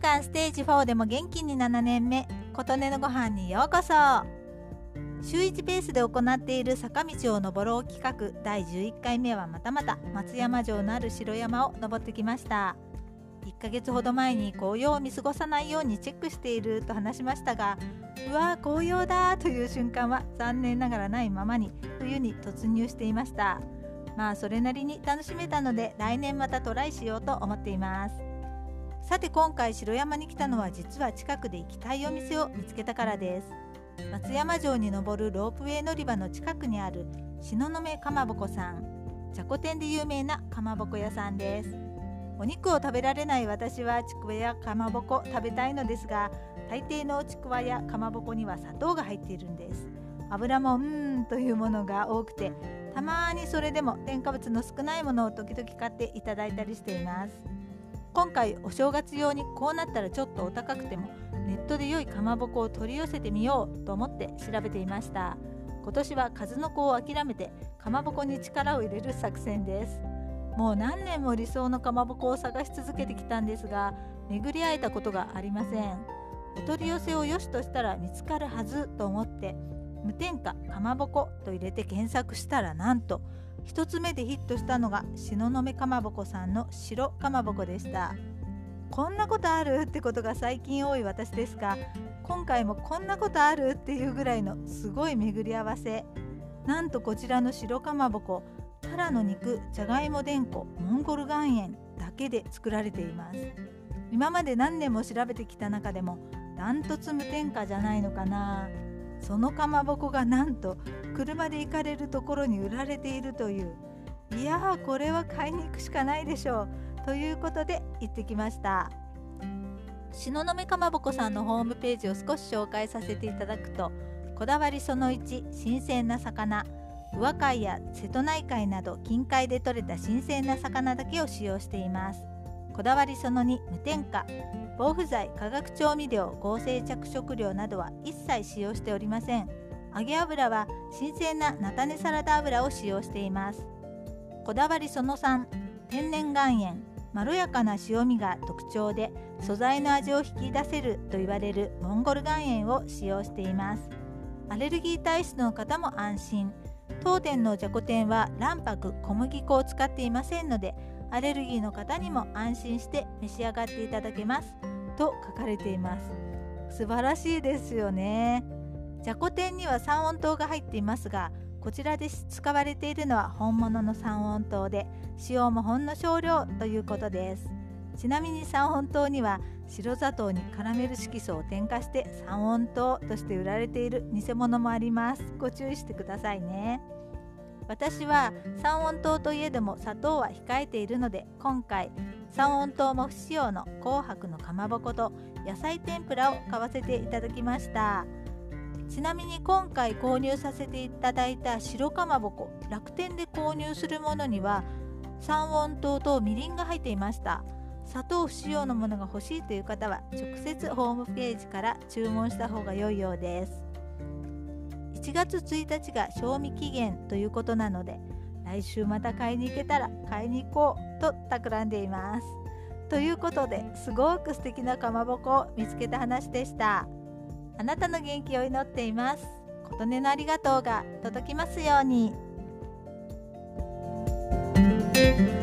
がんステージ4でも元気に7年目、琴音のご飯にようこそ。週1ペースで行っている坂道を登ろう企画第11回目はまたまた松山城のある城山を登ってきました。1ヶ月ほど前に紅葉を見過ごさないようにチェックしていると話しましたが、うわー紅葉だという瞬間は残念ながらないままに冬に突入していました。まあそれなりに楽しめたので来年またトライしようと思っています。さて今回城山に来たのは実は近くで行きたいお店を見つけたからです。松山城に登るロープウェイ乗り場の近くにある東雲かまぼこさん、じゃこ天で有名なかまぼこ屋さんです。お肉を食べられない私はちくわやかまぼこ食べたいのですが、大抵のちくわやかまぼこには砂糖が入っているんです。油もというものが多くて、たまにそれでも添加物の少ないものを時々買っていただいたりしています。今回お正月用にこうなったらちょっとお高くてもネットで良いかまぼこを取り寄せてみようと思って調べていました。今年は数の子を諦めてかまぼこに力を入れる作戦です。もう何年も理想のかまぼこを探し続けてきたんですが、巡り会えたことがありません。お取り寄せを良しとしたら見つかるはずと思って無添加かまぼこと入れて検索したら、なんと一つ目でヒットしたのが東雲かまぼこさんの白かまぼこでした。こんなことあるってことが最近多い私ですが、今回もこんなことあるっていうぐらいのすごい巡り合わせ。なんとこちらの白かまぼこ、タラの肉、じゃがいもでんこ、モンゴル岩塩だけで作られています。今まで何年も調べてきた中でもダントツ無添加じゃないのかな。そのかまぼこがなんと車で行かれるところに売られているという。いやー、これは買いに行くしかないでしょうということで行ってきました。東雲かまぼこさんのホームページを少し紹介させていただくと、こだわりその1、新鮮な魚。宇和海や瀬戸内海など近海で採れた新鮮な魚だけを使用しています。こだわりその2、無添加。防腐剤、化学調味料、合成着色料などは一切使用しておりません。揚げ油は新鮮な菜種サラダ油を使用しています。こだわりその3、天然岩塩。まろやかな塩味が特徴で素材の味を引き出せると言われるモンゴル岩塩を使用しています。アレルギー体質の方も安心。当店のじゃこ天は卵白、小麦粉を使っていませんので、アレルギーの方にも安心して召し上がっていただけますと書かれています。素晴らしいですよね。じゃこ天には三温糖が入っていますが、こちらで使われているのは本物の三温糖で、使用もほんの少量ということです。ちなみに三温糖には白砂糖にカラメル色素を添加して三温糖として売られている偽物もあります。ご注意してくださいね。私は三温糖といえども砂糖は控えているので、今回三温糖も不使用の紅白のかまぼこと野菜天ぷらを買わせていただきました。ちなみに今回購入させていただいた白かまぼこ、楽天で購入するものには三温糖とみりんが入っていました。砂糖不使用のものが欲しいという方は直接ホームページから注文した方が良いようです。1月1日が賞味期限ということなので、来週また買いに行けたら買いに行こうと企んでいます。ということで、すごく素敵なかまぼこを見つけた話でした。あなたの元気を祈っています。琴音のありがとうが届きますように。